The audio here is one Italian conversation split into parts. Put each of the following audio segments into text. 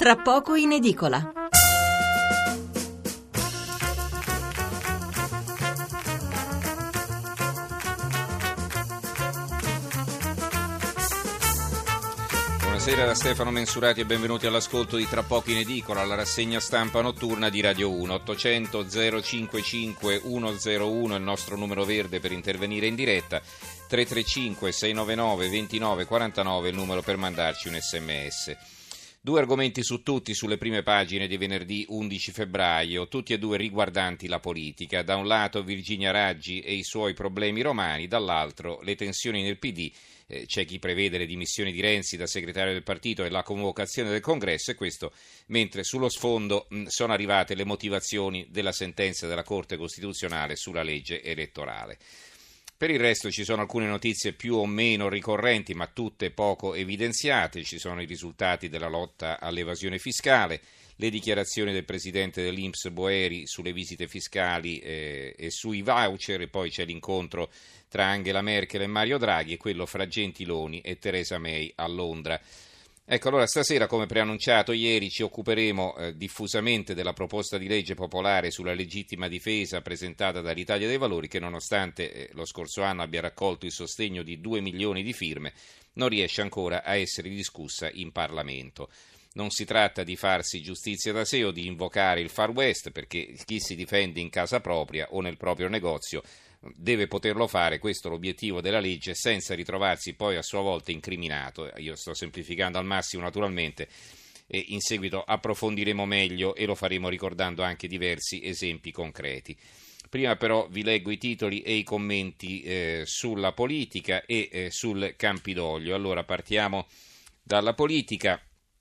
tra poco in edicola. Buonasera da Stefano Mensurati e benvenuti all'ascolto di Tra poco in edicola, la rassegna stampa notturna di Radio 1. 800 055 101 è il nostro numero verde per intervenire in diretta, 335 699 2949 è il numero per mandarci un sms. Due argomenti su tutti sulle prime pagine di venerdì 11 febbraio, tutti e due riguardanti la politica. Da un lato Virginia Raggi e i suoi problemi romani, dall'altro le tensioni nel PD. C'è chi prevede le dimissioni di Renzi da segretario del partito e la convocazione del congresso, e questo mentre sullo sfondo sono arrivate le motivazioni della sentenza della Corte Costituzionale sulla legge elettorale. Per il resto ci sono alcune notizie più o meno ricorrenti, ma tutte poco evidenziate. Ci sono i risultati della lotta all'evasione fiscale, le dichiarazioni del presidente dell'INPS Boeri sulle visite fiscali e sui voucher, e poi c'è l'incontro tra Angela Merkel e Mario Draghi e quello fra Gentiloni e Theresa May a Londra. Ecco, allora stasera, come preannunciato ieri, ci occuperemo diffusamente della proposta di legge popolare sulla legittima difesa presentata dall'Italia dei Valori, che nonostante lo scorso anno abbia raccolto il sostegno di 2 milioni di firme, non riesce ancora a essere discussa in Parlamento. Non si tratta di farsi giustizia da sé o di invocare il Far West, perché chi si difende in casa propria o nel proprio negozio deve poterlo fare, questo è l'obiettivo della legge, senza ritrovarsi poi a sua volta incriminato. Io sto semplificando al massimo naturalmente, e in seguito approfondiremo meglio e lo faremo ricordando anche diversi esempi concreti. Prima però vi leggo i titoli e i commenti sulla politica e sul Campidoglio. Allora partiamo dalla politica.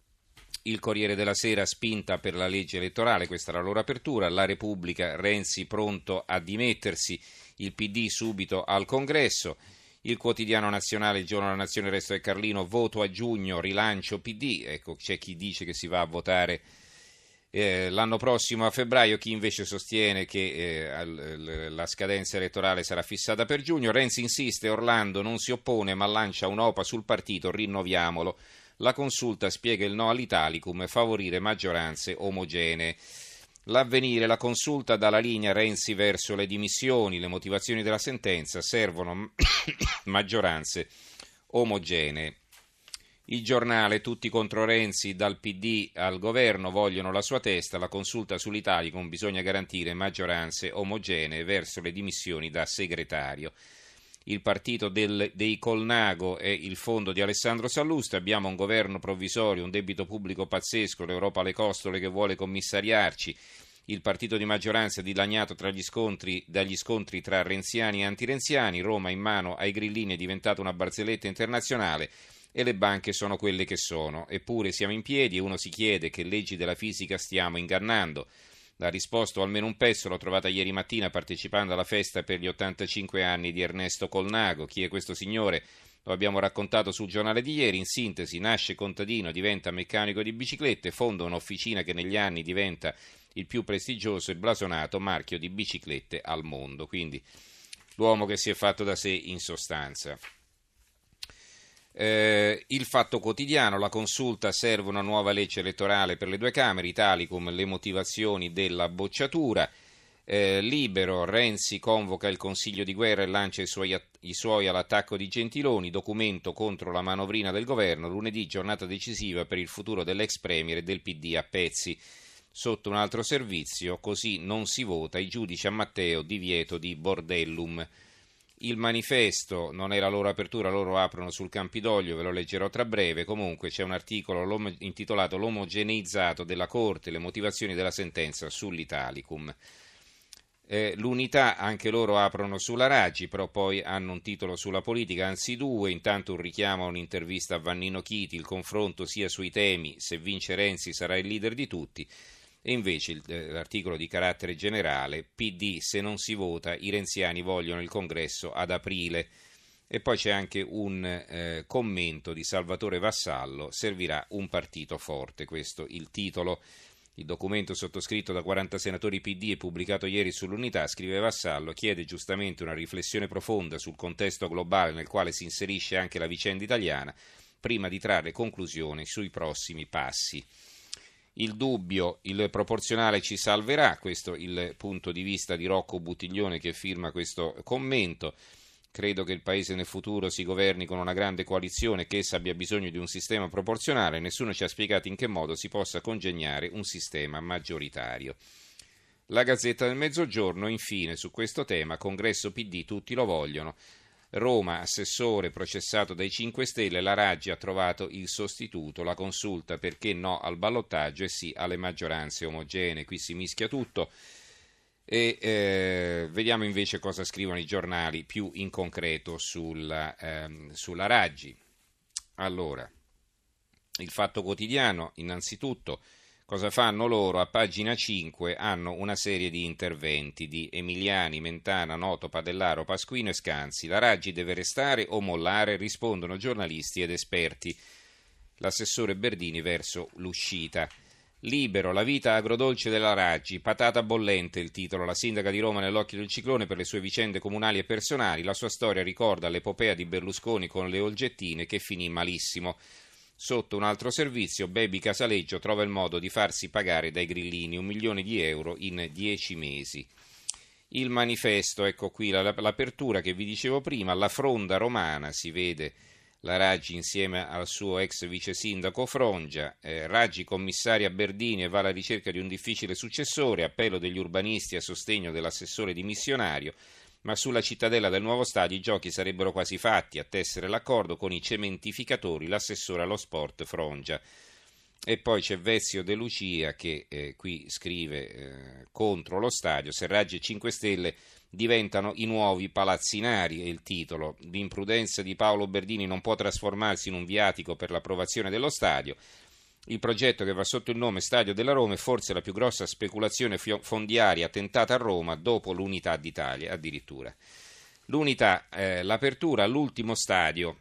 Il Corriere della Sera spinta per la legge elettorale, questa è la loro apertura. La Repubblica, Renzi pronto a dimettersi, il PD subito al congresso. Il Quotidiano Nazionale, il Giorno della Nazione, il Resto del Carlino, voto a giugno, rilancio PD. Ecco, c'è chi dice che si va a votare l'anno prossimo a febbraio, chi invece sostiene che la scadenza elettorale sarà fissata per giugno. Renzi insiste, Orlando non si oppone ma lancia un'OPA sul partito, rinnoviamolo. La consulta spiega il no all'Italicum, favorire maggioranze omogenee. L'Avvenire, la consulta dalla linea Renzi verso le dimissioni, le motivazioni della sentenza, servono maggioranze omogenee. Il Giornale, tutti contro Renzi, dal PD al governo, vogliono la sua testa, la consulta sull'Italicum, bisogna garantire maggioranze omogenee verso le dimissioni da segretario. Il partito dei Colnago e il fondo di Alessandro Sallusti, abbiamo un governo provvisorio, un debito pubblico pazzesco, l'Europa alle costole che vuole commissariarci, il partito di maggioranza è dilaniato dagli scontri tra renziani e antirenziani, Roma in mano ai grillini è diventata una barzelletta internazionale e le banche sono quelle che sono, eppure siamo in piedi e uno si chiede che leggi della fisica stiamo ingannando. La risposta, o almeno un pezzo, l'ho trovata ieri mattina partecipando alla festa per gli 85 anni di Ernesto Colnago. Chi è questo signore? Lo abbiamo raccontato sul giornale di ieri. In sintesi, nasce contadino, diventa meccanico di biciclette, fonda un'officina che negli anni diventa il più prestigioso e blasonato marchio di biciclette al mondo. Quindi l'uomo che si è fatto da sé in sostanza. Il Fatto Quotidiano, la consulta, serve una nuova legge elettorale per le due Camere, Italicum, le motivazioni della bocciatura. Libero, Renzi convoca il Consiglio di guerra e lancia i suoi all'attacco di Gentiloni, documento contro la manovrina del governo, lunedì giornata decisiva per il futuro dell'ex premier e del PD a pezzi. Sotto un altro servizio, così non si vota, i giudici a Matteo, divieto di bordellum. Il Manifesto, non è la loro apertura, loro aprono sul Campidoglio, ve lo leggerò tra breve. Comunque c'è un articolo intitolato L'omogeneizzato della Corte, le motivazioni della sentenza sull'Italicum. L'Unità, anche loro aprono sulla Raggi, però poi hanno un titolo sulla politica, anzi due. Intanto un richiamo a un'intervista a Vannino Chiti, il confronto sia sui temi, se vince Renzi sarà il leader di tutti. E invece l'articolo di carattere generale, PD se non si vota, i renziani vogliono il congresso ad aprile. E poi c'è anche un commento di Salvatore Vassallo, servirà un partito forte, questo il titolo. Il documento sottoscritto da 40 senatori PD e pubblicato ieri sull'Unità, scrive Vassallo, chiede giustamente una riflessione profonda sul contesto globale nel quale si inserisce anche la vicenda italiana, prima di trarre conclusioni sui prossimi passi. Il dubbio, il proporzionale ci salverà, questo è il punto di vista di Rocco Buttiglione che firma questo commento. Credo che il Paese nel futuro si governi con una grande coalizione, che essa abbia bisogno di un sistema proporzionale, nessuno ci ha spiegato in che modo si possa congegnare un sistema maggioritario. La Gazzetta del Mezzogiorno, infine, su questo tema, congresso PD, tutti lo vogliono. Roma, assessore processato dai 5 Stelle, la Raggi ha trovato il sostituto, la consulta perché no al ballottaggio e sì alle maggioranze omogenee, qui si mischia tutto. E vediamo invece cosa scrivono i giornali più in concreto sulla Raggi. Allora, il Fatto Quotidiano, innanzitutto, cosa fanno loro? A pagina 5 hanno una serie di interventi di Emiliani, Mentana, Noto, Padellaro, Pasquino e Scanzi. La Raggi deve restare o mollare? Rispondono giornalisti ed esperti. L'assessore Berdini verso l'uscita. Libero, la vita agrodolce della Raggi, patata bollente il titolo, la sindaca di Roma nell'occhio del ciclone per le sue vicende comunali e personali, la sua storia ricorda l'epopea di Berlusconi con le Olgettine che finì malissimo. Sotto un altro servizio, Baby Casaleggio trova il modo di farsi pagare dai grillini 1 milione di euro in 10 mesi. Il Manifesto, ecco qui l'apertura che vi dicevo prima, la fronda romana, si vede la Raggi insieme al suo ex vice sindaco Frongia, Raggi commissaria Berdini e va alla ricerca di un difficile successore, appello degli urbanisti a sostegno dell'assessore dimissionario, ma sulla cittadella del nuovo stadio i giochi sarebbero quasi fatti, a tessere l'accordo con i cementificatori, l'assessore allo sport Frongia. E poi c'è Vezio De Lucia che qui scrive contro lo stadio, se Raggi e 5 Stelle diventano i nuovi palazzinari, è il titolo. L'imprudenza di Paolo Berdini non può trasformarsi in un viatico per l'approvazione dello stadio. Il progetto, che va sotto il nome Stadio della Roma, è forse la più grossa speculazione fondiaria tentata a Roma dopo l'Unità d'Italia, addirittura. L'Unità, l'apertura all'ultimo stadio.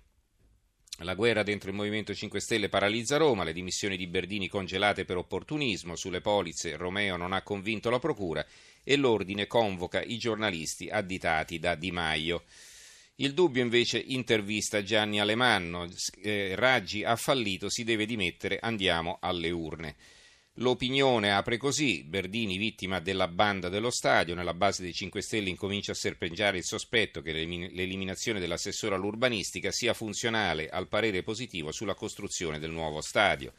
La guerra dentro il Movimento 5 Stelle paralizza Roma, le dimissioni di Berdini congelate per opportunismo, sulle polizze Romeo non ha convinto la procura e l'ordine convoca i giornalisti additati da Di Maio. Il Dubbio invece intervista Gianni Alemanno, Raggi ha fallito, si deve dimettere, andiamo alle urne. L'Opinione apre così, Berdini vittima della banda dello stadio, nella base dei 5 Stelle incomincia a serpeggiare il sospetto che l'eliminazione dell'assessore all'urbanistica sia funzionale al parere positivo sulla costruzione del nuovo stadio.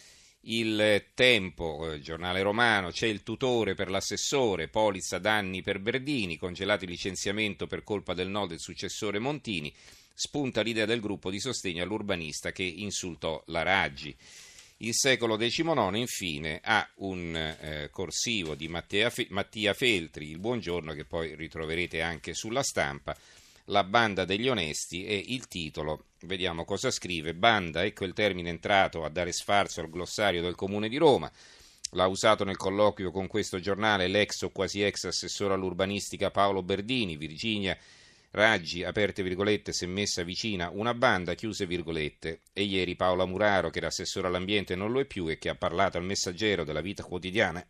Il Tempo, giornale romano, c'è il tutore per l'assessore, polizza danni per Berdini, congelato il licenziamento per colpa del no del successore Montini, spunta l'idea del gruppo di sostegno all'urbanista che insultò la Raggi. Il Secolo XIX infine ha un corsivo di Mattia Feltri, il Buongiorno, che poi ritroverete anche sulla Stampa, la banda degli onesti, e il titolo, vediamo cosa scrive, banda, ecco il termine entrato a dare sfarzo al glossario del Comune di Roma, l'ha usato nel colloquio con questo giornale l'ex o quasi ex assessore all'urbanistica Paolo Berdini, Virginia Raggi, aperte virgolette, si è messa vicina una banda, chiuse virgolette, e ieri Paola Muraro, che era assessore all'ambiente non lo è più e che ha parlato al Messaggero della vita quotidiana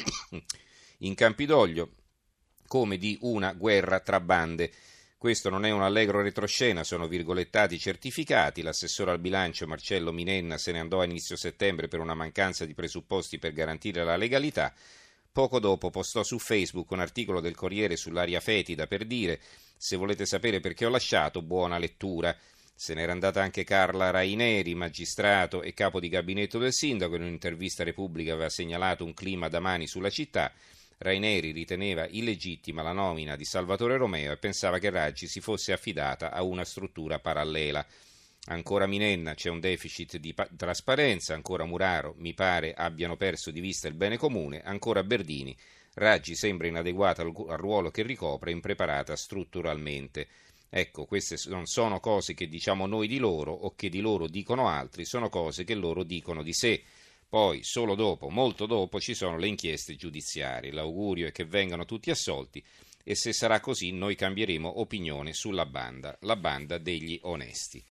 in Campidoglio come di una guerra tra bande. Questo non è un allegro retroscena, sono virgolettati certificati. L'assessore al bilancio Marcello Minenna se ne andò a inizio settembre per una mancanza di presupposti per garantire la legalità. Poco dopo postò su Facebook un articolo del Corriere sull'aria fetida per dire: se volete sapere perché ho lasciato, buona lettura. Se n'era andata anche Carla Raineri, magistrato e capo di gabinetto del sindaco. In un'intervista a Repubblica aveva segnalato un clima da mani sulla città. Raineri riteneva illegittima la nomina di Salvatore Romeo e pensava che Raggi si fosse affidata a una struttura parallela. Ancora Minenna, c'è un deficit di trasparenza. Ancora Muraro, mi pare abbiano perso di vista il bene comune. Ancora Berdini, Raggi sembra inadeguata al ruolo che ricopre e impreparata strutturalmente. Ecco, queste non sono cose che diciamo noi di loro o che di loro dicono altri, sono cose che loro dicono di sé. Poi, solo dopo, molto dopo, ci sono le inchieste giudiziarie. L'augurio è che vengano tutti assolti e se sarà così noi cambieremo opinione sulla banda, la banda degli onesti.